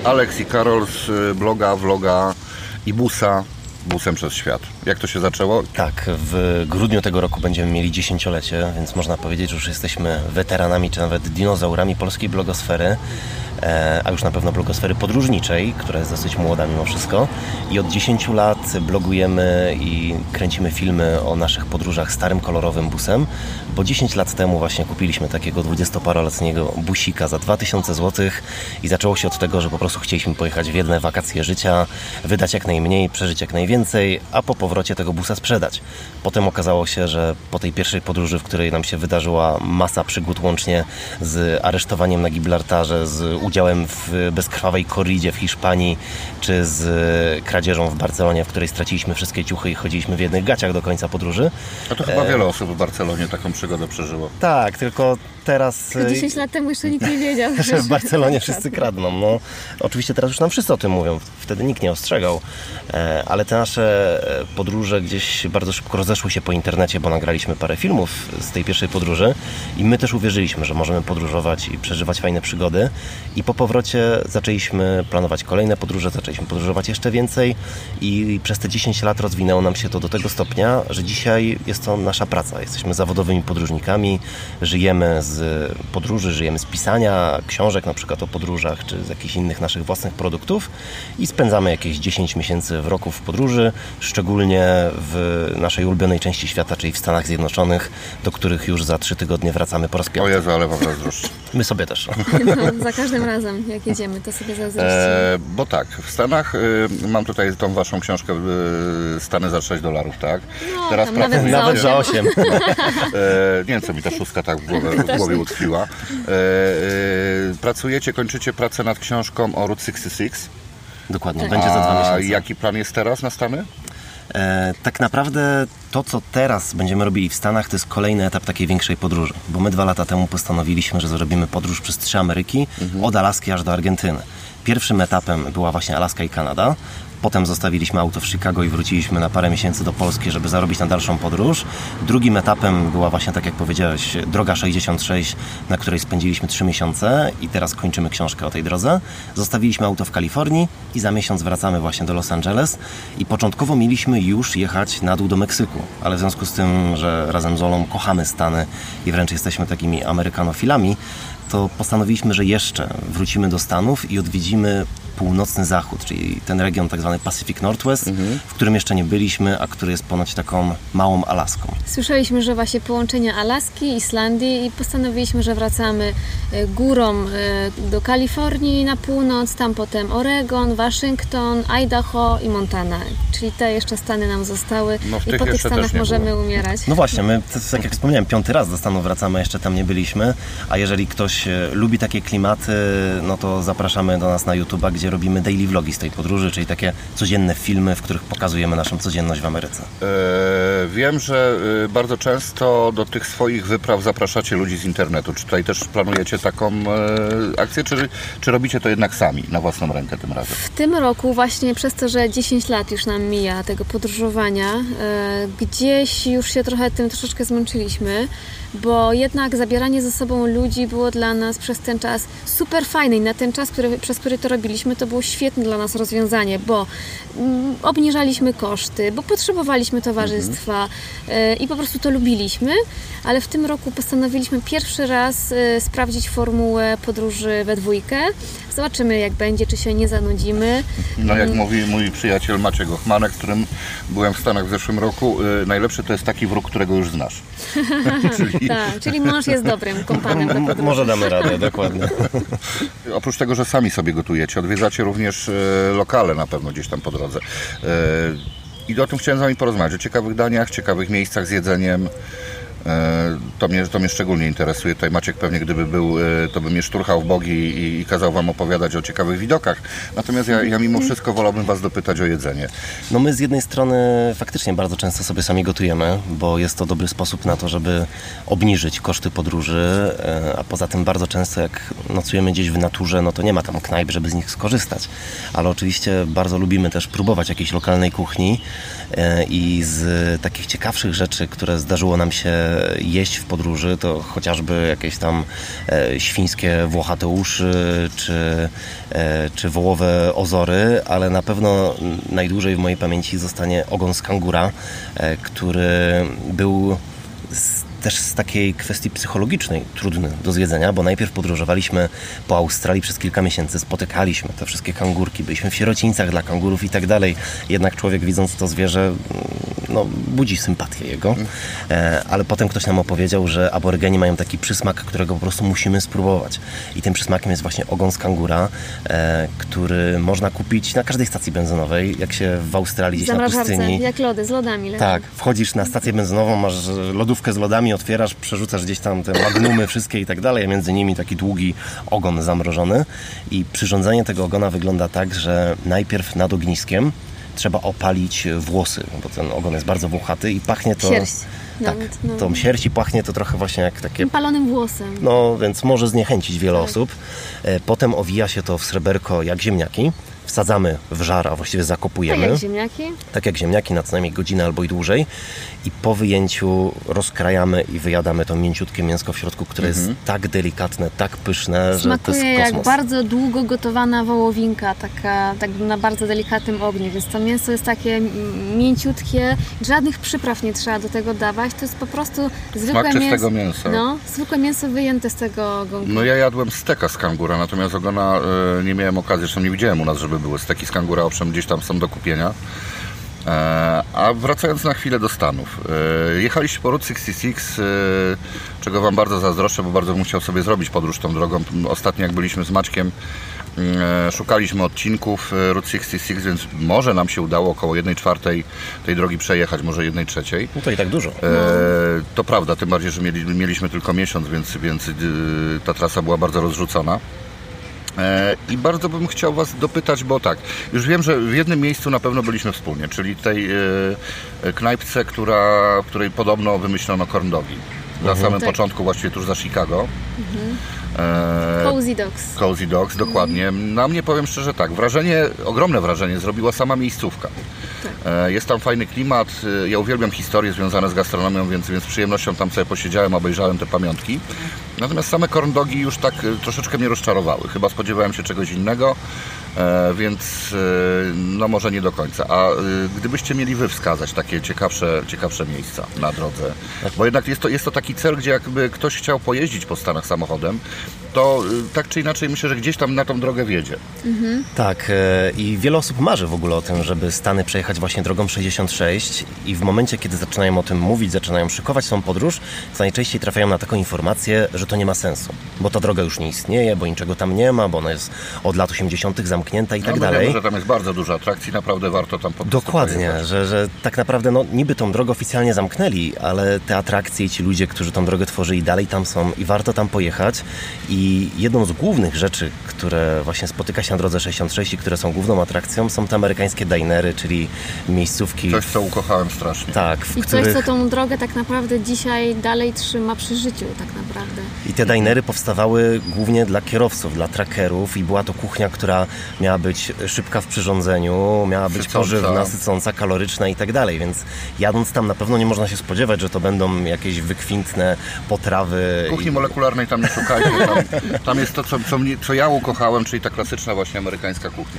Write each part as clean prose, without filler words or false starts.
Aleks i Karol z bloga, vloga i busa. Busem przez świat. Jak to się zaczęło? Tak, w grudniu tego roku będziemy mieli 10-lecie, więc można powiedzieć, że już jesteśmy weteranami, czy nawet dinozaurami polskiej blogosfery, a już na pewno blogosfery podróżniczej, która jest dosyć młoda mimo wszystko. I od 10 lat blogujemy i kręcimy filmy o naszych podróżach starym, kolorowym busem, bo 10 lat temu właśnie kupiliśmy takiego 20-paroletniego busika za 2000 zł i zaczęło się od tego, że po prostu chcieliśmy pojechać w jedne wakacje życia, wydać jak najmniej, przeżyć jak najwięcej, a po powrocie tego busa sprzedać. Potem okazało się, że po tej pierwszej podróży, w której nam się wydarzyła masa przygód łącznie z aresztowaniem na Gibraltarze, z udziałem w bezkrwawej korridzie w Hiszpanii, czy z kradzieżą w Barcelonie, w której straciliśmy wszystkie ciuchy i chodziliśmy w jednych gaciach do końca podróży. A to chyba wiele osób w Barcelonie taką przygodę przeżyło. Tak, tylko teraz... 10 lat temu jeszcze nikt nie wiedział, że w Barcelonie wszyscy kradną. No, oczywiście teraz już nam wszyscy o tym mówią. Wtedy nikt nie ostrzegał. Ale te nasze podróże gdzieś bardzo szybko rozeszły się po internecie, bo nagraliśmy parę filmów z tej pierwszej podróży i my też uwierzyliśmy, że możemy podróżować i przeżywać fajne przygody. I po powrocie zaczęliśmy planować kolejne podróże, zaczęliśmy podróżować jeszcze więcej i przez te 10 lat rozwinęło nam się to do tego stopnia, że dzisiaj jest to nasza praca. Jesteśmy zawodowymi podróżnikami, żyjemy z podróży, żyjemy z pisania książek na przykład o podróżach, czy z jakichś innych naszych własnych produktów i spędzamy jakieś 10 miesięcy w roku w podróży, szczególnie w naszej ulubionej części świata, czyli w Stanach Zjednoczonych, do których już za 3 tygodnie wracamy po raz 5. O Jezu, ale wam zazdroszczę. My sobie też. No, za każdym razem, jak jedziemy, to sobie zazdrościmy. Bo tak, w Stanach mam tutaj tą waszą książkę Stany za $6, tak? No, teraz nawet za 8. Nie wiem, co mi ta szóstka tak w głowie utkwiła. Pracujecie, kończycie pracę nad książką o Route 66. Dokładnie, będzie za 2 miesiące. A jaki plan jest teraz na Stany? Tak naprawdę to, co teraz będziemy robili w Stanach, to jest kolejny etap takiej większej podróży. Bo my 2 lata temu postanowiliśmy, że zrobimy podróż przez 3 Ameryki, od Alaski aż do Argentyny. Pierwszym etapem była właśnie Alaska i Kanada. Potem zostawiliśmy auto w Chicago i wróciliśmy na parę miesięcy do Polski, żeby zarobić na dalszą podróż. Drugim etapem była właśnie, tak jak powiedziałeś, droga 66, na której spędziliśmy 3 miesiące i teraz kończymy książkę o tej drodze. Zostawiliśmy auto w Kalifornii i za miesiąc wracamy właśnie do Los Angeles i początkowo mieliśmy już jechać na dół do Meksyku, ale w związku z tym, że razem z Olą kochamy Stany i wręcz jesteśmy takimi amerykanofilami, to postanowiliśmy, że jeszcze wrócimy do Stanów i odwiedzimy północny zachód, czyli ten region tak zwany Pacific Northwest, w którym jeszcze nie byliśmy, a który jest ponoć taką małą Alaską. Słyszeliśmy, że właśnie połączenie Alaski, Islandii i postanowiliśmy, że wracamy górą do Kalifornii na północ, tam potem Oregon, Waszyngton, Idaho i Montana. Czyli te jeszcze Stany nam zostały i po tych Stanach możemy umierać. No właśnie, my, tak jak wspomniałem, 5. raz do Stanów wracamy, jeszcze tam nie byliśmy, a jeżeli ktoś lubi takie klimaty, no to zapraszamy do nas na YouTube'a, gdzie robimy daily vlogi z tej podróży, czyli takie codzienne filmy, w których pokazujemy naszą codzienność w Ameryce. Wiem, że bardzo często do tych swoich wypraw zapraszacie ludzi z internetu. Czy tutaj też planujecie taką akcję, czy robicie to jednak sami, na własną rękę tym razem? W tym roku właśnie przez to, że 10 lat już nam mija tego podróżowania, gdzieś już się troszeczkę zmęczyliśmy, bo jednak zabieranie ze sobą ludzi było dla nas przez ten czas super fajne i na ten czas, przez który to robiliśmy, to było świetne dla nas rozwiązanie, bo obniżaliśmy koszty, bo potrzebowaliśmy towarzystwa i po prostu to lubiliśmy, ale w tym roku postanowiliśmy pierwszy raz sprawdzić formułę podróży we dwójkę. Zobaczymy, jak będzie, czy się nie zanudzimy. No jak mówi mój przyjaciel Maciek Ochmanek, z którym byłem w Stanach w zeszłym roku, najlepszy to jest taki wróg, którego już znasz. Czyli mąż jest dobrym kompanem do podróży. Może damy radę, dokładnie. Oprócz tego, że sami sobie gotujecie, odwiedzacie również lokale na pewno gdzieś tam po drodze. I o tym chciałem z wami porozmawiać, o ciekawych daniach, ciekawych miejscach z jedzeniem. To mnie szczególnie interesuje. Tutaj Maciek pewnie, gdyby był, to by mnie szturchał w bogi i kazał wam opowiadać o ciekawych widokach. Natomiast ja mimo wszystko wolałbym was dopytać o jedzenie. No my z jednej strony faktycznie bardzo często sobie sami gotujemy, bo jest to dobry sposób na to, żeby obniżyć koszty podróży, a poza tym bardzo często jak nocujemy gdzieś w naturze, no to nie ma tam knajp, żeby z nich skorzystać. Ale oczywiście bardzo lubimy też próbować jakiejś lokalnej kuchni I z takich ciekawszych rzeczy, które zdarzyło nam się jeść w podróży, to chociażby jakieś tam świńskie włochate uszy, czy wołowe ozory, ale na pewno najdłużej w mojej pamięci zostanie ogon z kangura, który był też z takiej kwestii psychologicznej trudny do zjedzenia, bo najpierw podróżowaliśmy po Australii przez kilka miesięcy, spotykaliśmy te wszystkie kangurki, byliśmy w sierocińcach dla kangurów i tak dalej. Jednak człowiek, widząc to zwierzę, no, budzi sympatię jego, ale potem ktoś nam opowiedział, że aborygeni mają taki przysmak, którego po prostu musimy spróbować. I tym przysmakiem jest właśnie ogon z kangura, który można kupić na każdej stacji benzynowej, jak się w Australii gdzieś na pustyni. Jak lody, z lodami. Tak, wchodzisz na stację benzynową, masz lodówkę z lodami, otwierasz, przerzucasz gdzieś tam te magnumy wszystkie i tak dalej, a między nimi taki długi ogon zamrożony. I przyrządzenie tego ogona wygląda tak, że najpierw nad ogniskiem trzeba opalić włosy, bo ten ogon jest bardzo włochaty i pachnie to... Sierść. Tak, tą sierść i pachnie to trochę właśnie jak takie... Palonym włosem. No, więc może zniechęcić wiele osób. Potem owija się to w sreberko jak ziemniaki. Wsadzamy w żar, a właściwie zakopujemy. Tak jak ziemniaki? Tak jak ziemniaki, na co najmniej godzinę albo i dłużej. I po wyjęciu rozkrajamy i wyjadamy to mięciutkie mięsko w środku, które jest tak delikatne, tak pyszne, że to jest Smakuje kosmos. jak bardzo długo gotowana wołowinka, tak na bardzo delikatnym ogniu, więc to mięso jest takie mięciutkie, żadnych przypraw nie trzeba do tego dawać, to jest po prostu zwykłe Smak czystego mięsa. No, zwykłe mięso wyjęte z tego ogonka. No ja jadłem steka z kangura, natomiast ogona nie miałem okazji, zresztą nie widziałem u nas, żeby były steki z kangura, owszem, gdzieś tam są do kupienia. A wracając na chwilę do Stanów, jechaliście po Route 66, czego Wam bardzo zazdroszczę, bo bardzo bym chciał sobie zrobić podróż tą drogą. Ostatnio jak byliśmy z Maćkiem, szukaliśmy odcinków Route 66, więc może nam się udało około 1/4 tej drogi przejechać, może 1/3. No to i tak dużo. To prawda, tym bardziej, że mieliśmy tylko miesiąc, więc ta trasa była bardzo rozrzucona. I bardzo bym chciał Was dopytać, bo tak, już wiem, że w jednym miejscu na pewno byliśmy wspólnie, czyli tej knajpce, w której podobno wymyślono corn dogi. Na samym początku, właściwie tuż za Chicago. Cozy Dogs. Cozy Dogs, dokładnie. Na mnie, powiem szczerze, tak, ogromne wrażenie zrobiła sama miejscówka. Jest tam fajny klimat, ja uwielbiam historie związane z gastronomią, więc z przyjemnością tam sobie posiedziałem, obejrzałem te pamiątki. Natomiast same corn dogi już tak troszeczkę mnie rozczarowały. Chyba spodziewałem się czegoś innego, więc no może nie do końca. A gdybyście mieli Wy wskazać takie ciekawsze miejsca na drodze, bo jednak jest to taki cel, gdzie jakby ktoś chciał pojeździć po Stanach samochodem, to tak czy inaczej myślę, że gdzieś tam na tą drogę wjedzie. Tak, i wiele osób marzy w ogóle o tym, żeby Stany przejechać właśnie drogą 66 i w momencie, kiedy zaczynają o tym mówić, zaczynają szykować tą podróż, to najczęściej trafiają na taką informację, że to nie ma sensu, bo ta droga już nie istnieje, bo niczego tam nie ma, bo ona jest od lat 80. zamknięta i tak dalej. Wiemy, że tam jest bardzo dużo atrakcji, naprawdę warto tam po prostu Dokładnie, pojechać. że tak naprawdę no, niby tą drogę oficjalnie zamknęli, ale te atrakcje i ci ludzie, którzy tą drogę tworzyli, dalej tam są i warto tam pojechać. I jedną z głównych rzeczy, które właśnie spotyka się na drodze 66 i które są główną atrakcją, są te amerykańskie dinery, czyli miejscówki. Coś, co ukochałem strasznie. Tak, w I których... coś, co tą drogę tak naprawdę dzisiaj dalej trzyma przy życiu, tak naprawdę. I te dinery powstawały głównie dla kierowców, dla trackerów i była to kuchnia, która miała być szybka w przyrządzeniu, miała być pożywna, sycąca, kaloryczna i tak dalej, więc jadąc tam na pewno nie można się spodziewać, że to będą jakieś wykwintne potrawy. Kuchni molekularnej tam nie szukajcie, tam jest to, co ja ukochałem, czyli ta klasyczna właśnie amerykańska kuchnia.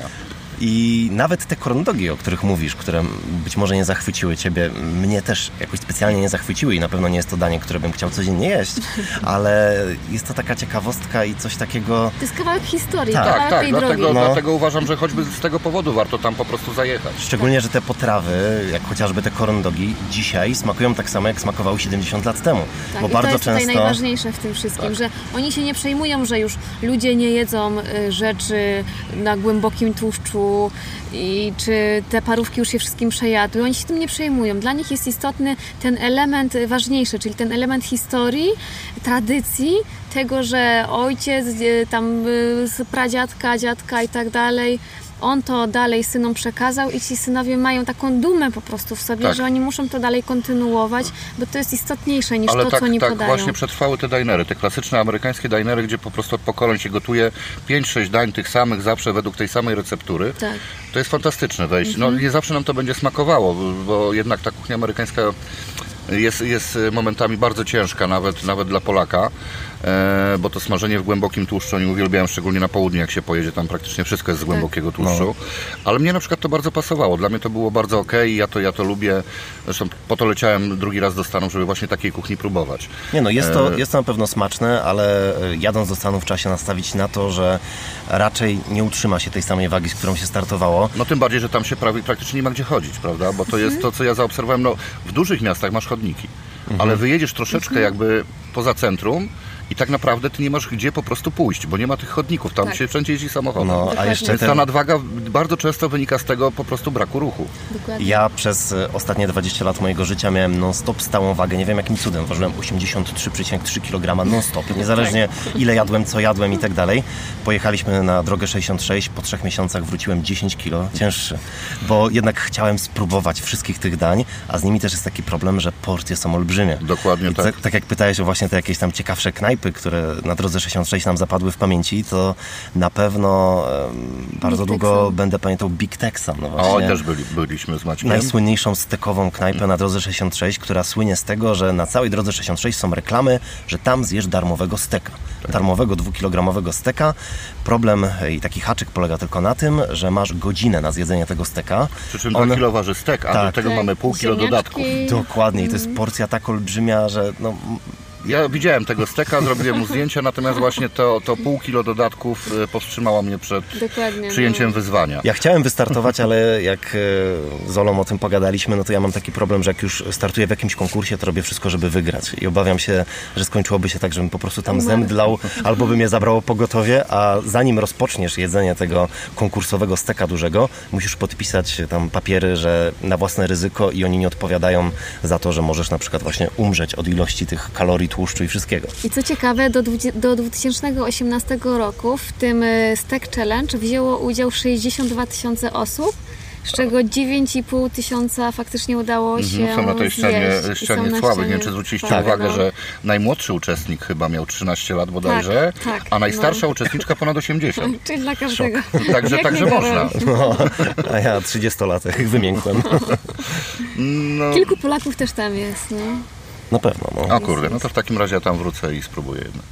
I nawet te corn dogi, o których mówisz, które być może nie zachwyciły Ciebie, mnie też jakoś specjalnie nie zachwyciły i na pewno nie jest to danie, które bym chciał codziennie jeść, ale jest to taka ciekawostka i coś takiego... To jest kawałek historii, Tak, kawałek tej drogi. Dlatego uważam, że choćby z tego powodu warto tam po prostu zajechać. Szczególnie, że te potrawy, jak chociażby te corn dogi, dzisiaj smakują tak samo, jak smakowały 70 lat temu. Tak, bo i bardzo to jest często... tutaj najważniejsze w tym wszystkim, że oni się nie przejmują, że już ludzie nie jedzą rzeczy na głębokim tłuszczu i czy te parówki już się wszystkim przejadły. Oni się tym nie przejmują. Dla nich jest istotny ten element ważniejszy, czyli ten element historii, tradycji, tego, że ojciec, tam z pradziadka, dziadka i tak dalej on to dalej synom przekazał i ci synowie mają taką dumę po prostu w sobie, że oni muszą to dalej kontynuować, bo to jest istotniejsze niż to, co oni podają. Ale właśnie przetrwały te dinery, te klasyczne amerykańskie dinery, gdzie po prostu od pokoleń się gotuje 5-6 dań tych samych, zawsze według tej samej receptury. Tak. To jest fantastyczne wejść. No nie zawsze nam to będzie smakowało, bo jednak ta kuchnia amerykańska jest momentami bardzo ciężka, nawet dla Polaka, bo to smażenie w głębokim tłuszczu oni uwielbiają, szczególnie na południe, jak się pojedzie, tam praktycznie wszystko jest z głębokiego tłuszczu. Ale mnie na przykład to bardzo pasowało, dla mnie to było bardzo okej, ja to lubię, zresztą po to leciałem drugi raz do Stanów, żeby właśnie takiej kuchni próbować. Nie no, jest to na pewno smaczne, ale jadąc do Stanów trzeba się nastawić na to, że raczej nie utrzyma się tej samej wagi, z którą się startowało. No tym bardziej, że tam się praktycznie nie ma gdzie chodzić, prawda? Bo to jest to, co ja zaobserwowałem, no w dużych miastach masz chodniki, ale wyjedziesz troszeczkę jakby poza centrum i tak naprawdę ty nie masz gdzie po prostu pójść, bo nie ma tych chodników, tam się wszędzie jeździ samochodem. No, a jeszcze ta nadwaga bardzo często wynika z tego po prostu braku ruchu. Dokładnie. Ja przez ostatnie 20 lat mojego życia miałem non-stop stałą wagę, nie wiem jakim cudem, ważyłem 83,3 kg non-stop, niezależnie ile jadłem, co jadłem i tak dalej. Pojechaliśmy na drogę 66, po 3 miesiącach wróciłem 10 kg cięższy, bo jednak chciałem spróbować wszystkich tych dań, a z nimi też jest taki problem, że porcje są olbrzymie. Dokładnie i tak. Tak jak pytałeś o właśnie te jakieś tam ciekawsze knajpy, które na drodze 66 nam zapadły w pamięci, to na pewno bardzo długo będę pamiętał Big Texa. No właśnie. Też byliśmy z Maćkiem. Najsłynniejszą stekową knajpę na drodze 66, która słynie z tego, że na całej drodze 66 są reklamy, że tam zjesz darmowego steka. Darmowego 2-kilogramowego steka. Problem i taki haczyk polega tylko na tym, że masz godzinę na zjedzenie tego steka. Przy czym 2 kilo waży stek, a do tego mamy pół kilo dodatków. Dokładnie. I to jest porcja tak olbrzymia, że no... Ja widziałem tego steka, zrobiłem mu zdjęcia, natomiast właśnie to pół kilo dodatków powstrzymało mnie przed przyjęciem wyzwania. Ja chciałem wystartować, ale jak z Olą o tym pogadaliśmy, no to ja mam taki problem, że jak już startuję w jakimś konkursie, to robię wszystko, żeby wygrać. I obawiam się, że skończyłoby się tak, żebym po prostu tam zemdlał, albo by mnie zabrało pogotowie, a zanim rozpoczniesz jedzenie tego konkursowego steka dużego, musisz podpisać tam papiery, że na własne ryzyko i oni nie odpowiadają za to, że możesz na przykład właśnie umrzeć od ilości tych kalorii, tłuszczu i wszystkiego. I co ciekawe, do 2018 roku w tym Steak Challenge wzięło udział 62 000 osób, z czego 9,5 tysiąca faktycznie udało się Są na tej ścianie sławy. Nie wiem, czy zwróciliście uwagę, że najmłodszy uczestnik chyba miał 13 lat bodajże, a najstarsza uczestniczka ponad 80. Czyli dla każdego. Także można. No, a ja 30-latek wymiękłem. Kilku Polaków też tam jest, no. Na pewno. No. O kurde, no to w takim razie ja tam wrócę i spróbuję jednak.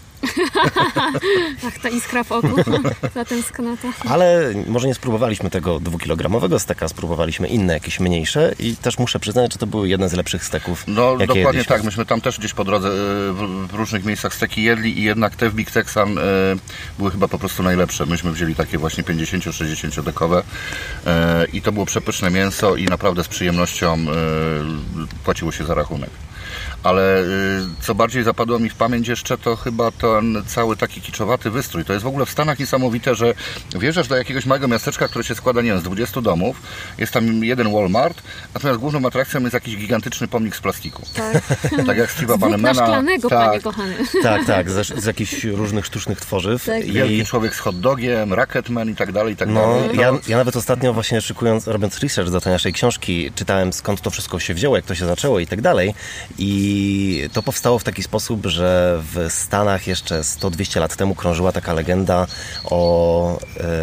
Ach, ta iskra w oku, ta tęsknota. Ale może nie spróbowaliśmy tego 2-kilogramowego steka, spróbowaliśmy inne, jakieś mniejsze i też muszę przyznać, że to były jedne z lepszych steków, No jakie dokładnie jedliśmy. tak, myśmy tam też gdzieś po drodze w różnych miejscach steki jedli i jednak te w Big Texan były chyba po prostu najlepsze. Myśmy wzięli takie właśnie 50-60 dekowe i to było przepyszne mięso i naprawdę z przyjemnością płaciło się za rachunek. Ale co bardziej zapadło mi w pamięć jeszcze, to chyba ten cały taki kiczowaty wystrój. To jest w ogóle w Stanach niesamowite, że wjeżdżasz do jakiegoś małego miasteczka, które się składa, nie wiem, z 20 domów. Jest tam jeden Walmart, natomiast główną atrakcją jest jakiś gigantyczny pomnik z plastiku. Tak jak Steve'a Bannemana. szklanego, panie kochany. Tak, z jakichś różnych sztucznych tworzyw. Wielki człowiek z hot dogiem, Rocketman i tak dalej, i tak No, dalej. ja nawet ostatnio właśnie robiąc research do tej naszej książki, czytałem skąd to wszystko się wzięło, jak to się zaczęło i tak dalej. I to powstało w taki sposób, że w Stanach jeszcze 100-200 lat temu krążyła taka legenda o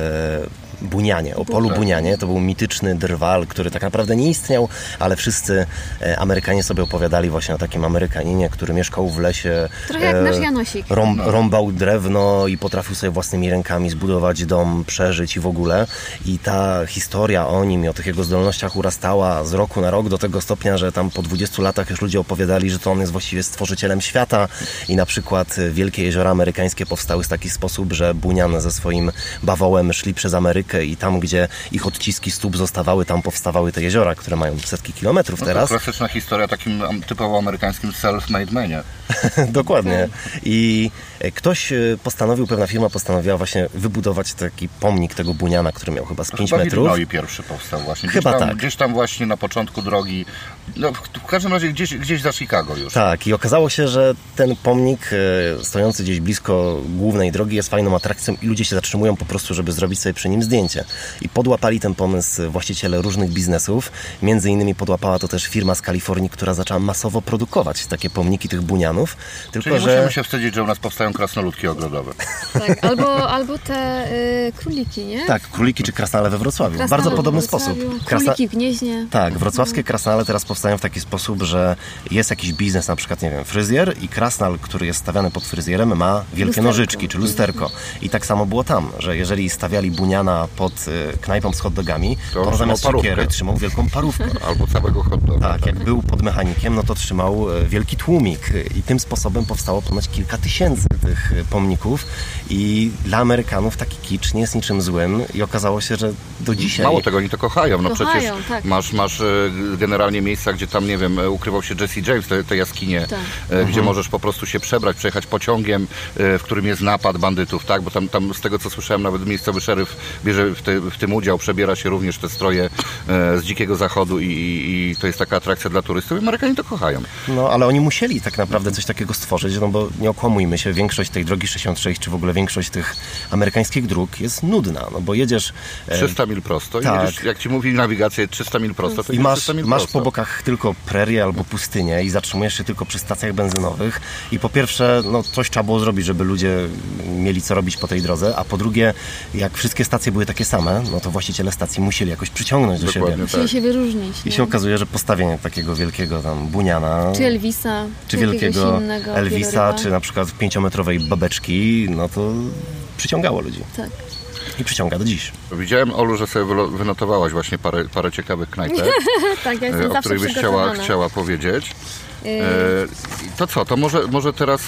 Bunianie, o polu Bunianie. To był mityczny drwal, który tak naprawdę nie istniał, ale wszyscy Amerykanie sobie opowiadali właśnie o takim Amerykaninie, który mieszkał w lesie. Trochę jak nasz Janosik. Rąbał drewno i potrafił sobie własnymi rękami zbudować dom, przeżyć i w ogóle. I ta historia o nim i o tych jego zdolnościach urastała z roku na rok do tego stopnia, że tam po 20 latach już ludzie opowiadali, że to on jest właściwie stworzycielem świata i na przykład wielkie jeziora amerykańskie powstały w taki sposób, że Bunian ze swoim bawołem szli przez Amerykę i tam, gdzie ich odciski stóp zostawały, tam powstawały te jeziora, które mają setki kilometrów teraz. To klasyczna historia takim typowo amerykańskim self-made manie. Dokładnie. I ktoś pewna firma postanowiła właśnie wybudować taki pomnik tego Buniana, który miał chyba z 5 metrów. No i pierwszy powstał właśnie. Gdzieś tam właśnie na początku drogi, no w każdym razie gdzieś za Chicago już. Tak, i okazało się, że ten pomnik stojący gdzieś blisko głównej drogi jest fajną atrakcją i ludzie się zatrzymują po prostu, żeby zrobić sobie przy nim zdjęcie. zdjęcie. I podłapali ten pomysł właściciele różnych biznesów. Między innymi podłapała to też firma z Kalifornii, która zaczęła masowo produkować takie pomniki tych bunianów. Tylko, Czyli musimy się wstydzić, że u nas powstają krasnoludki ogrodowe. Tak, albo te króliki, nie? Tak, króliki czy krasnale we Wrocławiu. Krasnale Bardzo we podobny Wrocławiu, sposób. Króliki w Gnieźnie. Tak, wrocławskie krasnale teraz powstają w taki sposób, że jest jakiś biznes, na przykład, nie wiem, fryzjer i krasnal, który jest stawiany pod fryzjerem, ma wielkie Lusterko. nożyczki czy lusterko. I tak samo było tam, że jeżeli stawiali buniana pod knajpą z hot dogami, To to on zamiast trzymał siekiery parówkę. trzymał wielką parówkę. Albo całego hot doga. Tak, jak był pod mechanikiem, no to trzymał wielki tłumik i tym sposobem powstało ponoć kilka tysięcy tych pomników i dla Amerykanów taki kicz nie jest niczym złym i okazało się, że do dzisiaj... Mało tego, oni to kochają. No Kochają, przecież tak. masz generalnie miejsca, gdzie tam, nie wiem, ukrywał się Jesse James, te jaskinie, Tak. gdzie możesz po prostu się przebrać, przejechać pociągiem, w którym jest napad bandytów, tak? Bo tam z tego, co słyszałem, nawet miejscowy szeryf bierze w tym udział, przebiera się również w te stroje z Dzikiego Zachodu i to jest taka atrakcja dla turystów i Amerykanie to kochają. No, ale oni musieli tak naprawdę coś takiego stworzyć, no bo nie okłamujmy się, większość tej drogi 66, czy w ogóle większość tych amerykańskich dróg jest nudna, no bo jedziesz... 300 mil prosto tak. i jedziesz, jak ci mówi nawigację 300 mil prosto, to I jedziesz 300 mil masz prosto. po bokach tylko prerię albo pustynię i zatrzymujesz się tylko przy stacjach benzynowych i po pierwsze, no coś trzeba było zrobić, żeby ludzie mieli co robić po tej drodze, a po drugie, jak wszystkie stacje były takie same, no to właściciele stacji musieli jakoś przyciągnąć do Dokładnie siebie. Musieli tak. się wyróżnić. I nie? się okazuje, że postawienie takiego wielkiego tam buniana, Czy Elvisa, czy jakiegoś wielkiego innego Elvisa, wieloryba. czy na przykład 5-metrowej babeczki, no to przyciągało ludzi. Tak. I przyciąga do dziś. Widziałem, Olu, że sobie wynotowałaś właśnie parę ciekawych knajpek, Tak, ja jestem o zawsze których byś przygotowana. chciała powiedzieć. To co, to może teraz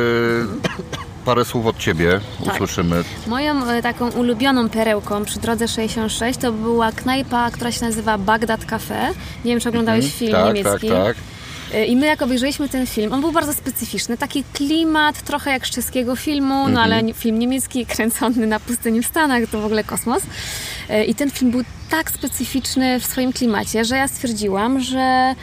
parę słów od Ciebie Tak. usłyszymy. Moją taką ulubioną perełką przy drodze 66 to była knajpa, która się nazywa Bagdad Cafe. Nie wiem, czy oglądałeś film Tak, niemiecki. tak. I my jak obejrzeliśmy ten film, on był bardzo specyficzny, taki klimat trochę jak z czeskiego filmu, no ale film niemiecki kręcony na pustyni w Stanach, to w ogóle kosmos. I ten film był tak specyficzny w swoim klimacie, że ja stwierdziłam, że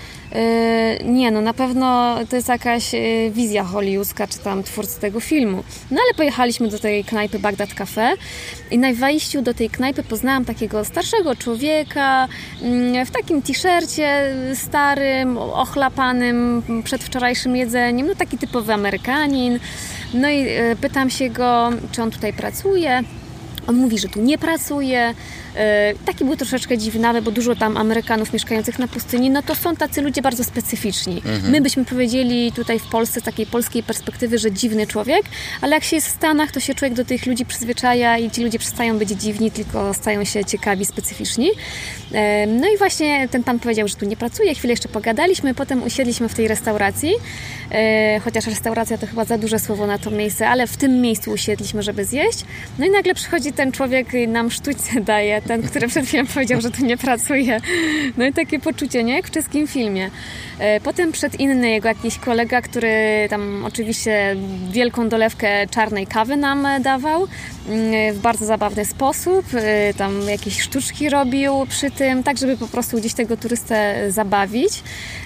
nie, no na pewno to jest jakaś wizja hollywoodzka, czy tam twórcy tego filmu. No ale pojechaliśmy do tej knajpy Bagdad Cafe i na wejściu do tej knajpy poznałam takiego starszego człowieka w takim t-shircie starym, ochlapanym przed wczorajszym jedzeniem, no taki typowy Amerykanin. No i pytam się go, czy on tutaj pracuje. On mówi, że tu nie pracuje. Taki był troszeczkę dziwnawy, bo dużo tam Amerykanów mieszkających na pustyni, no to są tacy ludzie bardzo specyficzni. My byśmy powiedzieli tutaj w Polsce z takiej polskiej perspektywy, że dziwny człowiek, ale jak się jest w Stanach, to się człowiek do tych ludzi przyzwyczaja i ci ludzie przestają być dziwni, tylko stają się ciekawi, specyficzni. No i właśnie ten pan powiedział, że tu nie pracuje, chwilę jeszcze pogadaliśmy, potem usiedliśmy w tej restauracji, chociaż restauracja to chyba za duże słowo na to miejsce, ale w tym miejscu usiedliśmy, żeby zjeść. No i nagle przychodzi ten człowiek i nam sztućce daje, ten, który przed chwilą powiedział, że tu nie pracuje. No i takie poczucie, nie? Jak w czeskim filmie. Potem przed inny jego jakiś kolega, który tam oczywiście wielką dolewkę czarnej kawy nam dawał w bardzo zabawny sposób. Tam jakieś sztuczki robił przy tym, tak żeby po prostu gdzieś tego turystę zabawić.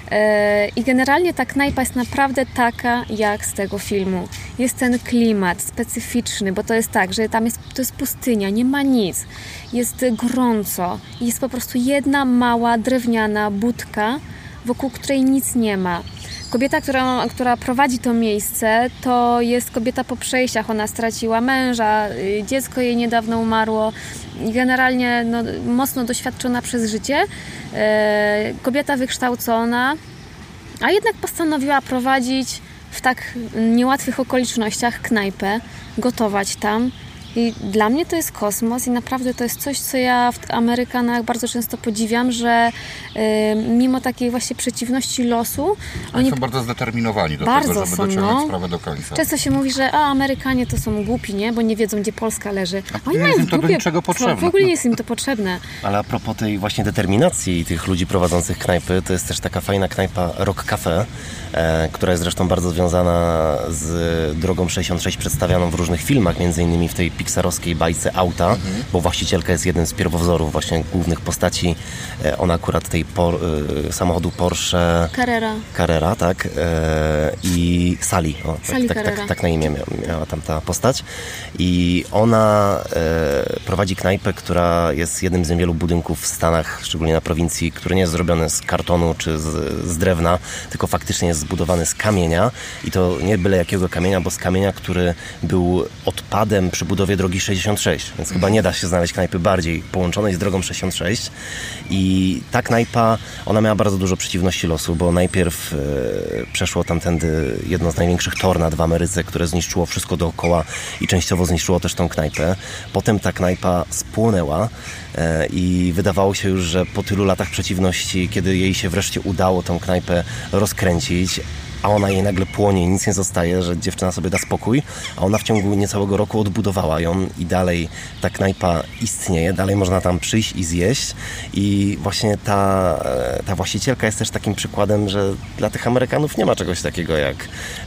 I generalnie ta knajpa jest naprawdę taka jak z tego filmu. Jest ten klimat specyficzny, bo to jest tak, że tam to jest pustynia, nie ma nic. Jest gorąco. Jest po prostu jedna mała drewniana budka, wokół której nic nie ma. Kobieta, która prowadzi to miejsce, to jest kobieta po przejściach. Ona straciła męża, dziecko jej niedawno umarło i generalnie no, mocno doświadczona przez życie. Kobieta wykształcona, a jednak postanowiła prowadzić w tak niełatwych okolicznościach knajpę, gotować tam. I dla mnie to jest kosmos i naprawdę to jest coś, co ja w Amerykanach bardzo często podziwiam, że mimo takiej właśnie przeciwności losu, Oni są bardzo zdeterminowani do bardzo tego, żeby są, dociągnąć no. sprawę do końca. Często się mówi, że Amerykanie to są głupi, nie? Bo nie wiedzą, gdzie Polska leży. Oni nie mają jest im to do w dupie, niczego potrzebne. w ogóle nie jest im to potrzebne. Ale a propos tej właśnie determinacji tych ludzi prowadzących knajpy, to jest też taka fajna knajpa Rock Cafe, która jest zresztą bardzo związana z drogą 66 przedstawianą w różnych filmach, między innymi w tej pixarowskiej bajce Auta, bo właścicielka jest jeden z pierwowzorów właśnie głównych postaci. Ona akurat tej samochodu Porsche Carrera, tak, i Sally, tak na imię miała tam ta postać. I ona prowadzi knajpę, która jest jednym z niewielu budynków w Stanach, szczególnie na prowincji, który nie jest zrobiony z kartonu czy z drewna, tylko faktycznie jest zbudowany z kamienia i to nie byle jakiego kamienia, bo z kamienia, który był odpadem przy budowie drogi 66, więc chyba nie da się znaleźć knajpy bardziej połączonej z drogą 66 i ta knajpa, ona miała bardzo dużo przeciwności losu, bo najpierw przeszło tamtędy jedno z największych tornad w Ameryce, które zniszczyło wszystko dookoła i częściowo zniszczyło też tą knajpę. Potem ta knajpa spłonęła i wydawało się już, że po tylu latach przeciwności, kiedy jej się wreszcie udało tą knajpę rozkręcić, a ona jej nagle płonie i nic nie zostaje, że dziewczyna sobie da spokój, a ona w ciągu niecałego roku odbudowała ją i dalej ta knajpa istnieje, dalej można tam przyjść i zjeść i właśnie ta właścicielka jest też takim przykładem, że dla tych Amerykanów nie ma czegoś takiego jak...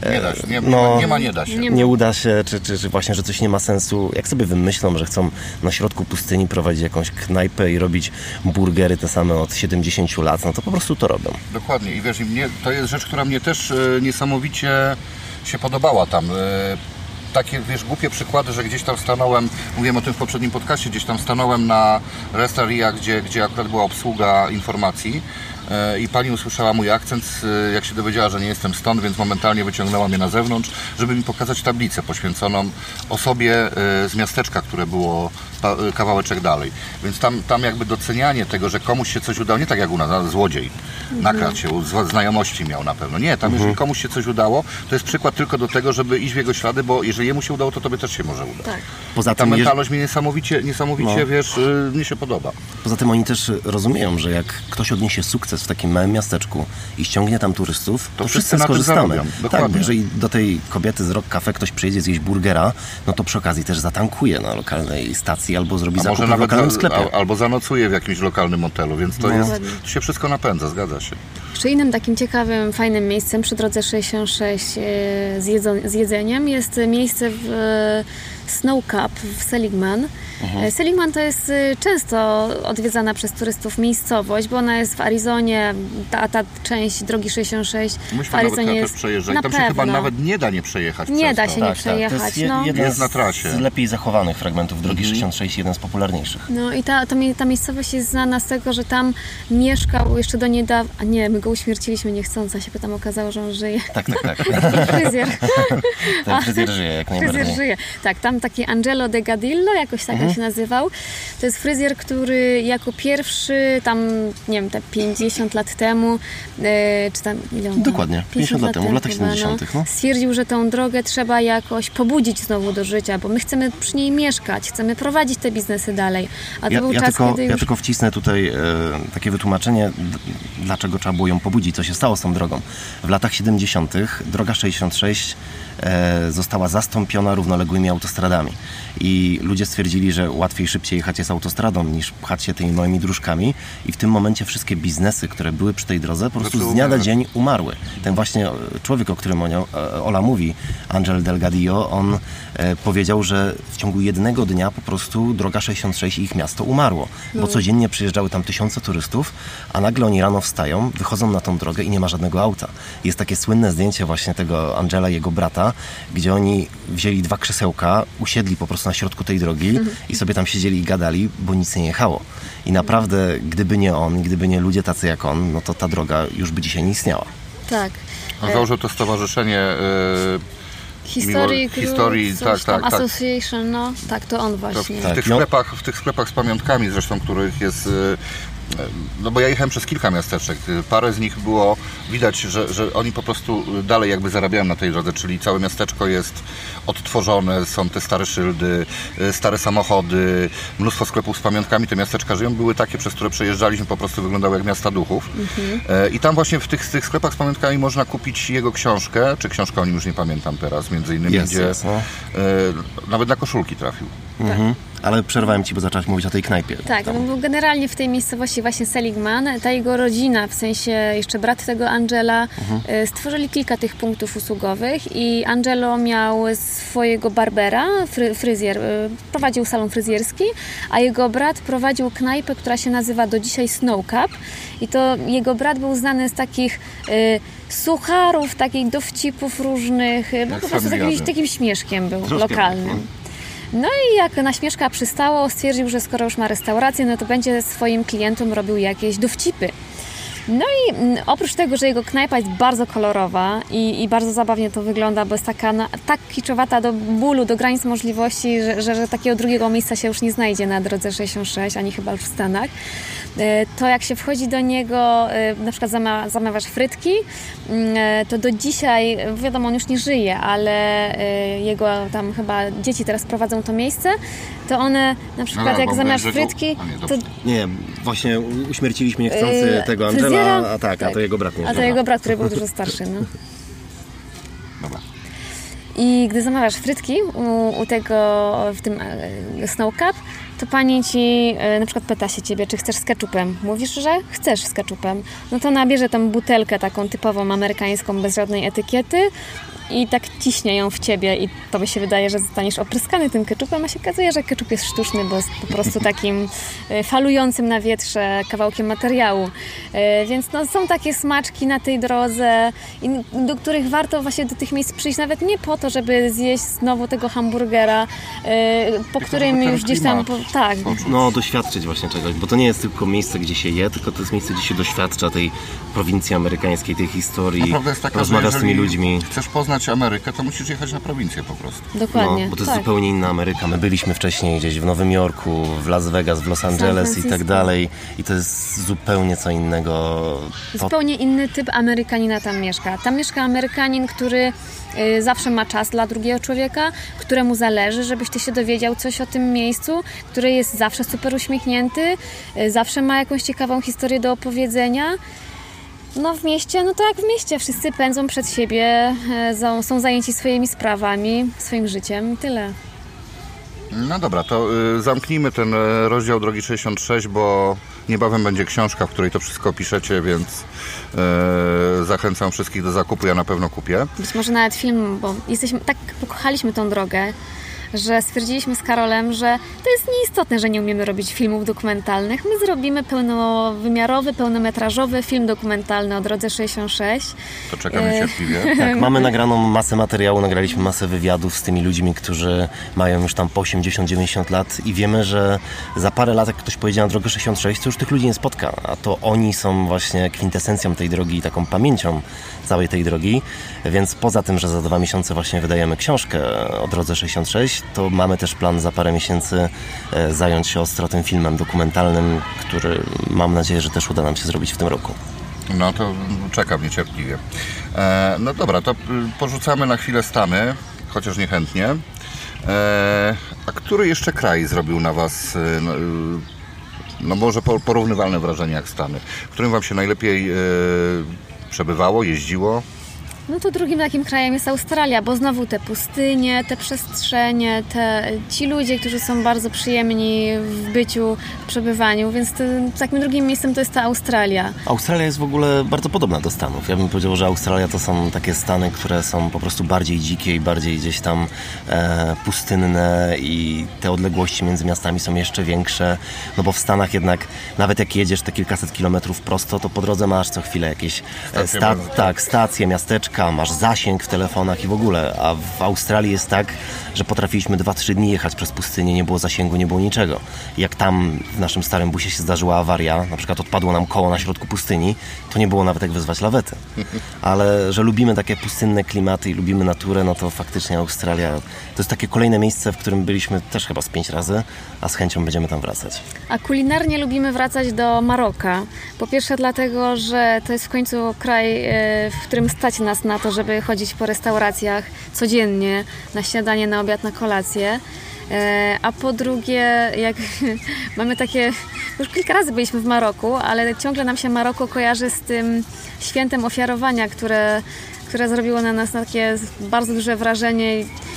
Nie da się. Nie uda się, czy właśnie, że coś nie ma sensu. Jak sobie wymyślą, że chcą na środku pustyni prowadzić jakąś knajpę i robić burgery te same od 70 lat, no to po prostu to robią. Dokładnie i wiesz, to jest rzecz, która mnie też niesamowicie się podobała tam. Takie, wiesz, głupie przykłady, że gdzieś tam stanąłem, mówiłem o tym w poprzednim podcaście, gdzieś tam stanąłem na Restaria, gdzie akurat była obsługa informacji i pani usłyszała mój akcent, jak się dowiedziała, że nie jestem stąd, więc momentalnie wyciągnęła mnie na zewnątrz, żeby mi pokazać tablicę poświęconą osobie z miasteczka, które było kawałeczek dalej. Więc tam jakby docenianie tego, że komuś się coś udało, nie tak jak u nas, złodziej, nakradł się, znajomości miał na pewno. Nie, tam jeżeli komuś się coś udało, to jest przykład tylko do tego, żeby iść w jego ślady, bo jeżeli jemu się udało, to tobie też się może udać. Tak. Poza ta tym, mentalność mnie niesamowicie wiesz, mnie się podoba. Poza tym oni też rozumieją, że jak ktoś odniesie sukces w takim małym miasteczku i ściągnie tam turystów, to wszyscy skorzystamy. Tak, bo jeżeli do tej kobiety z Rock Cafe ktoś przyjedzie zjeść burgera, no to przy okazji też zatankuje na lokalnej stacji albo zrobi zakupy w lokalnym sklepie. Albo zanocuje w jakimś lokalnym hotelu, więc to się wszystko napędza, zgadza się. Jeszcze innym takim ciekawym, fajnym miejscem przy drodze 66 z jedzeniem jest miejsce w Snow Cap w Seligman. Seligman to jest często odwiedzana przez turystów miejscowość, bo ona jest w Arizonie, ta część drogi 66 w Arizonie jest przejeżdżać. Tam się chyba nawet nie da nie przejechać. Nie da się nie przejechać. To jest jest na trasie. Z lepiej zachowanych fragmentów drogi 66, jeden z popularniejszych. No i ta miejscowość jest znana z tego, że tam mieszkał jeszcze do niedawna, a nie, my go uśmierciliśmy niechcąca, się potem okazało, że on żyje. Tak. Fryzjer. Ten fryzjer żyje jak najbardziej. Fryzjer żyje. Tak, tam taki Angelo de Gadillo, jakoś tak się nazywał. To jest fryzjer, który jako pierwszy tam, nie wiem, te 50 lat temu, czy tam ile on Dokładnie, 50 lat temu, w latach 70. Stwierdził, że tą drogę trzeba jakoś pobudzić znowu do życia, bo my chcemy przy niej mieszkać, chcemy prowadzić te biznesy dalej. A to był czas, kiedy już... Ja tylko wcisnę tutaj takie wytłumaczenie, dlaczego trzeba było ją pobudzić, co się stało z tą drogą. W latach 70. droga 66 została zastąpiona równoległymi autostradami i ludzie stwierdzili, że łatwiej, szybciej jechać jest autostradą niż pchać się tymi małymi dróżkami i w tym momencie wszystkie biznesy, które były przy tej drodze po prostu z dnia na dzień umarły. Ten właśnie człowiek, o którym Ola mówi, Angel Delgadillo, on powiedział, że w ciągu jednego dnia po prostu droga 66 i ich miasto umarło, bo codziennie przyjeżdżały tam tysiące turystów, a nagle oni rano wstają, wychodzą na tą drogę i nie ma żadnego auta. Jest takie słynne zdjęcie właśnie tego Angela i jego brata, gdzie oni wzięli 2 krzesełka, usiedli po prostu na środku tej drogi i sobie tam siedzieli i gadali, bo nic nie jechało. I naprawdę, gdyby nie on, gdyby nie ludzie tacy jak on, no to ta droga już by dzisiaj nie istniała. Tak. On założył to stowarzyszenie Historii, tak. Association, no tak, to on właśnie. W tych sklepach z pamiątkami zresztą, których jest... No bo ja jechałem przez kilka miasteczek, parę z nich było widać, że oni po prostu dalej jakby zarabiają na tej drodze, czyli całe miasteczko jest odtworzone, są te stare szyldy, stare samochody, mnóstwo sklepów z pamiątkami, te miasteczka żyją, były takie, przez które przejeżdżaliśmy, po prostu wyglądały jak miasta duchów. I tam właśnie w tych sklepach z pamiątkami można kupić jego książkę, czy książkę o nim już nie pamiętam teraz, między innymi, gdzie nawet na koszulki trafił. Ale przerwałem ci, bo zaczęłaś mówić o tej knajpie. Tak, no bo generalnie w tej miejscowości właśnie Seligman, ta jego rodzina, w sensie jeszcze brat tego Angela, stworzyli kilka tych punktów usługowych i Angelo miał swojego barbera, fryzjer, prowadził salon fryzjerski, a jego brat prowadził knajpę, która się nazywa do dzisiaj Snow Cup i to jego brat był znany z takich sucharów, takich dowcipów różnych, po prostu takim śmieszkiem był lokalnym. No i jak na Śmieszka przystało, stwierdził, że skoro już ma restaurację, no to będzie swoim klientom robił jakieś dowcipy. No i oprócz tego, że jego knajpa jest bardzo kolorowa i bardzo zabawnie to wygląda, bo jest taka tak kiczowata do bólu, do granic możliwości, że takiego drugiego miejsca się już nie znajdzie na drodze 66, ani chyba już w Stanach, to jak się wchodzi do niego, na przykład zamawiasz frytki, to do dzisiaj, wiadomo, on już nie żyje, ale jego tam chyba dzieci teraz prowadzą to miejsce, to one na przykład jak zamiast frytki... Nie, właśnie uśmierciliśmy niechcący tego Angela, a to jego brat nie żyje. A to jego brat, który był dużo starszy, no. Dobra. I gdy zamawiasz frytki u tego, w tym Snow Cup, to pani ci na przykład pyta się ciebie, czy chcesz z keczupem. Mówisz, że chcesz z keczupem. No to nabierze tą butelkę taką typową amerykańską, bez żadnej etykiety i tak ciśnie ją w ciebie i tobie się wydaje, że zostaniesz opryskany tym keczupem, a się okazuje, że keczup jest sztuczny, bo jest po prostu takim falującym na wietrze kawałkiem materiału. Więc no, są takie smaczki na tej drodze, do których warto właśnie do tych miejsc przyjść, nawet nie po to, żeby zjeść znowu tego hamburgera, po którym już gdzieś tam... Tak. No, doświadczyć właśnie czegoś, bo to nie jest tylko miejsce, gdzie się je, tylko to jest miejsce, gdzie się doświadcza tej prowincji amerykańskiej, tej historii, rozmawia z tymi ludźmi. Chcesz poznać Amerykę, to musisz jechać na prowincję po prostu. Dokładnie. No, bo to jest zupełnie inna Ameryka. My byliśmy wcześniej gdzieś w Nowym Jorku, w Las Vegas, w Los Angeles i tak dalej i to jest zupełnie co innego. Zupełnie inny typ Amerykanina tam mieszka. Tam mieszka Amerykanin, który zawsze ma czas dla drugiego człowieka, któremu zależy, żebyś ty się dowiedział coś o tym miejscu, który jest zawsze super uśmiechnięty, zawsze ma jakąś ciekawą historię do opowiedzenia. No w mieście, no to jak w mieście, wszyscy pędzą przed siebie, są zajęci swoimi sprawami, swoim życiem i tyle. No dobra, to zamknijmy ten rozdział Drogi 66, bo niebawem będzie książka, w której to wszystko piszecie, więc zachęcam wszystkich do zakupu, ja na pewno kupię. Być może nawet film, bo tak pokochaliśmy tą drogę, że stwierdziliśmy z Karolem, że to jest nieistotne, że nie umiemy robić filmów dokumentalnych. My zrobimy pełnowymiarowy, pełnometrażowy film dokumentalny o Drodze 66. To czekamy cierpliwie. Tak, mamy nagraną masę materiału, nagraliśmy masę wywiadów z tymi ludźmi, którzy mają już tam po 80-90 lat i wiemy, że za parę lat, jak ktoś pojedzie na Drogę 66, to już tych ludzi nie spotka, a to oni są właśnie kwintesencją tej drogi i taką pamięcią całej tej drogi, więc poza tym, że za 2 miesiące właśnie wydajemy książkę o Drodze 66, to mamy też plan za parę miesięcy zająć się ostro tym filmem dokumentalnym, który mam nadzieję, że też uda nam się zrobić w tym roku. No to czekam niecierpliwie. No dobra, to porzucamy na chwilę Stany, chociaż niechętnie. A który jeszcze kraj zrobił na Was, no może porównywalne wrażenie jak Stany? W którym Wam się najlepiej przebywało, jeździło? No to drugim takim krajem jest Australia, bo znowu te pustynie, te przestrzenie, ci ludzie, którzy są bardzo przyjemni w byciu, w przebywaniu, więc takim drugim miejscem to jest ta Australia. Australia jest w ogóle bardzo podobna do Stanów. Ja bym powiedział, że Australia to są takie Stany, które są po prostu bardziej dzikie i bardziej gdzieś tam pustynne i te odległości między miastami są jeszcze większe, no bo w Stanach jednak nawet jak jedziesz te kilkaset kilometrów prosto, to po drodze masz co chwilę jakieś stacje, miasteczka, masz zasięg w telefonach i w ogóle, a w Australii jest tak, że potrafiliśmy 2-3 dni jechać przez pustynię, nie było zasięgu, nie było niczego. Jak tam w naszym starym busie się zdarzyła awaria, na przykład odpadło nam koło na środku pustyni, to nie było nawet jak wezwać lawety. Ale że lubimy takie pustynne klimaty i lubimy naturę, no to faktycznie Australia to jest takie kolejne miejsce, w którym byliśmy też chyba z 5 razy, a z chęcią będziemy tam wracać. A kulinarnie lubimy wracać do Maroka. Po pierwsze dlatego, że to jest w końcu kraj, w którym stać nas na to, żeby chodzić po restauracjach codziennie, na śniadanie, na obiad, na kolację. A po drugie, jak mamy takie... Już kilka razy byliśmy w Maroku, ale ciągle nam się Maroko kojarzy z tym świętem ofiarowania, które zrobiło na nas takie bardzo duże wrażenie.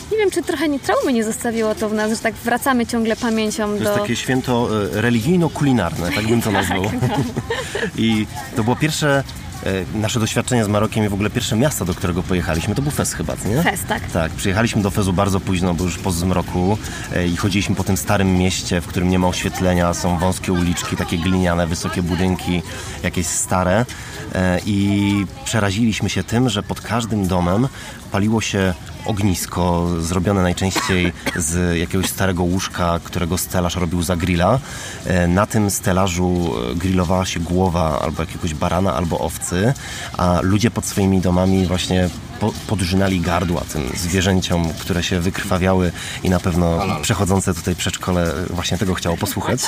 Nie wiem, czy trochę traumy nie zostawiło to w nas, że tak wracamy ciągle pamięcią To do... jest takie święto religijno-kulinarne, tak bym to nazwał. I to było pierwsze nasze doświadczenie z Marokiem i w ogóle pierwsze miasto, do którego pojechaliśmy, to był Fez chyba, nie? Fez, tak. Tak, przyjechaliśmy do Fezu bardzo późno, bo już po zmroku i chodziliśmy po tym starym mieście, w którym nie ma oświetlenia, są wąskie uliczki, takie gliniane, wysokie budynki, jakieś stare i przeraziliśmy się tym, że pod każdym domem paliło się ognisko zrobione najczęściej z jakiegoś starego łóżka, którego stelaż robił za grilla. Na tym stelażu grillowała się głowa albo jakiegoś barana, albo owcy, a ludzie pod swoimi domami właśnie podrzynali gardła tym zwierzęciom, które się wykrwawiały i na pewno przechodzące tutaj przedszkole właśnie tego chciało posłuchać.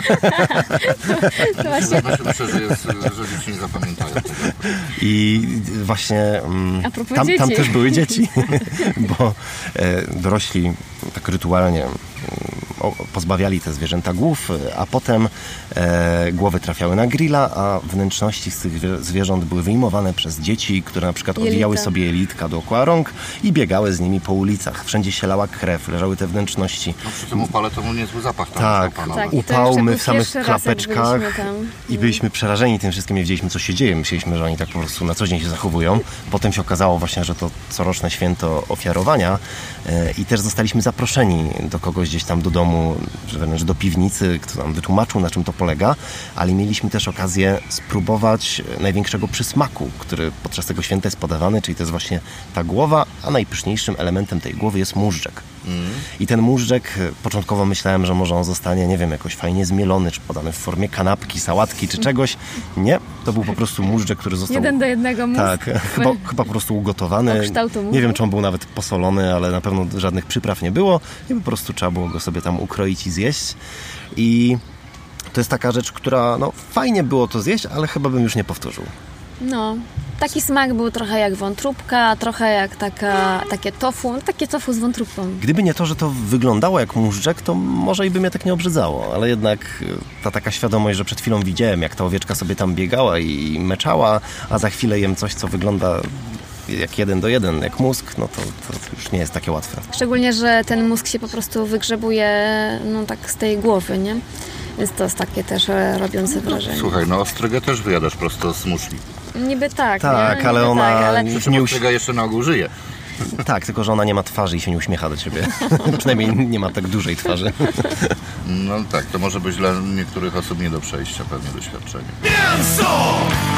To właśnie... Myślę, że dzieci nie zapamiętają tego. I właśnie A propos tam dzieci. też były dzieci, bo dorośli tak rytualnie pozbawiali te zwierzęta głów, a potem głowy trafiały na grilla, a wnętrzności z tych zwierząt były wyjmowane przez dzieci, które na przykład odwijały sobie jelitka dookoła rąk i biegały z nimi po ulicach. Wszędzie się lała krew, leżały te wnętrzności. No przy tym upale to był niezły zapach tam. Tak, Tak, i to upał, jeszcze my był w samych pierwszy raz, jak klapeczkach byliśmy tam. i byliśmy przerażeni tym wszystkim, nie wiedzieliśmy, co się dzieje. Myśleliśmy, że oni tak po prostu na co dzień się zachowują. Potem się okazało właśnie, że to coroczne święto ofiarowania i też zostaliśmy zaproszeni do kogoś gdzieś tam do domu, wręcz do piwnicy, kto nam wytłumaczył, na czym to polega, ale mieliśmy też okazję spróbować największego przysmaku, który podczas tego święta jest podawany, czyli to jest właśnie ta głowa, a najpyszniejszym elementem tej głowy jest móżdżek. I ten móżdżek, początkowo myślałem, że może on zostanie, nie wiem, jakoś fajnie zmielony, czy podany w formie kanapki, sałatki, czy czegoś. Nie, to był po prostu móżdżek, który został... 1:1 mózg. Tak, chyba po prostu ugotowany. kształtu mózgu. Nie wiem, czy on był nawet posolony, ale na pewno żadnych przypraw nie było i po prostu trzeba było go sobie tam ukroić i zjeść. I to jest taka rzecz, która, no fajnie było to zjeść, ale chyba bym już nie powtórzył. No, taki smak był trochę jak wątróbka, trochę jak takie tofu z wątróbką. Gdyby nie to, że to wyglądało jak móżdżek, to może i by mnie tak nie obrzydzało, ale jednak ta taka świadomość, że przed chwilą widziałem, jak ta owieczka sobie tam biegała i meczała, a za chwilę jem coś, co wygląda jak 1:1, jak mózg, no to już nie jest takie łatwe. Szczególnie, że ten mózg się po prostu wygrzebuje no tak z tej głowy, nie? Więc to jest takie też robiące wrażenie. Słuchaj, no ostrygę też wyjadasz prosto z muszli. Niby tak, Tak, nie? ale Niby ona tak, ale... Przy czym ostryga jeszcze na ogół żyje. Tak, tylko że ona nie ma twarzy i się nie uśmiecha do ciebie. Przynajmniej nie ma tak dużej twarzy. No tak, to może być dla niektórych osób nie do przejścia pewnie doświadczenie. Mięso!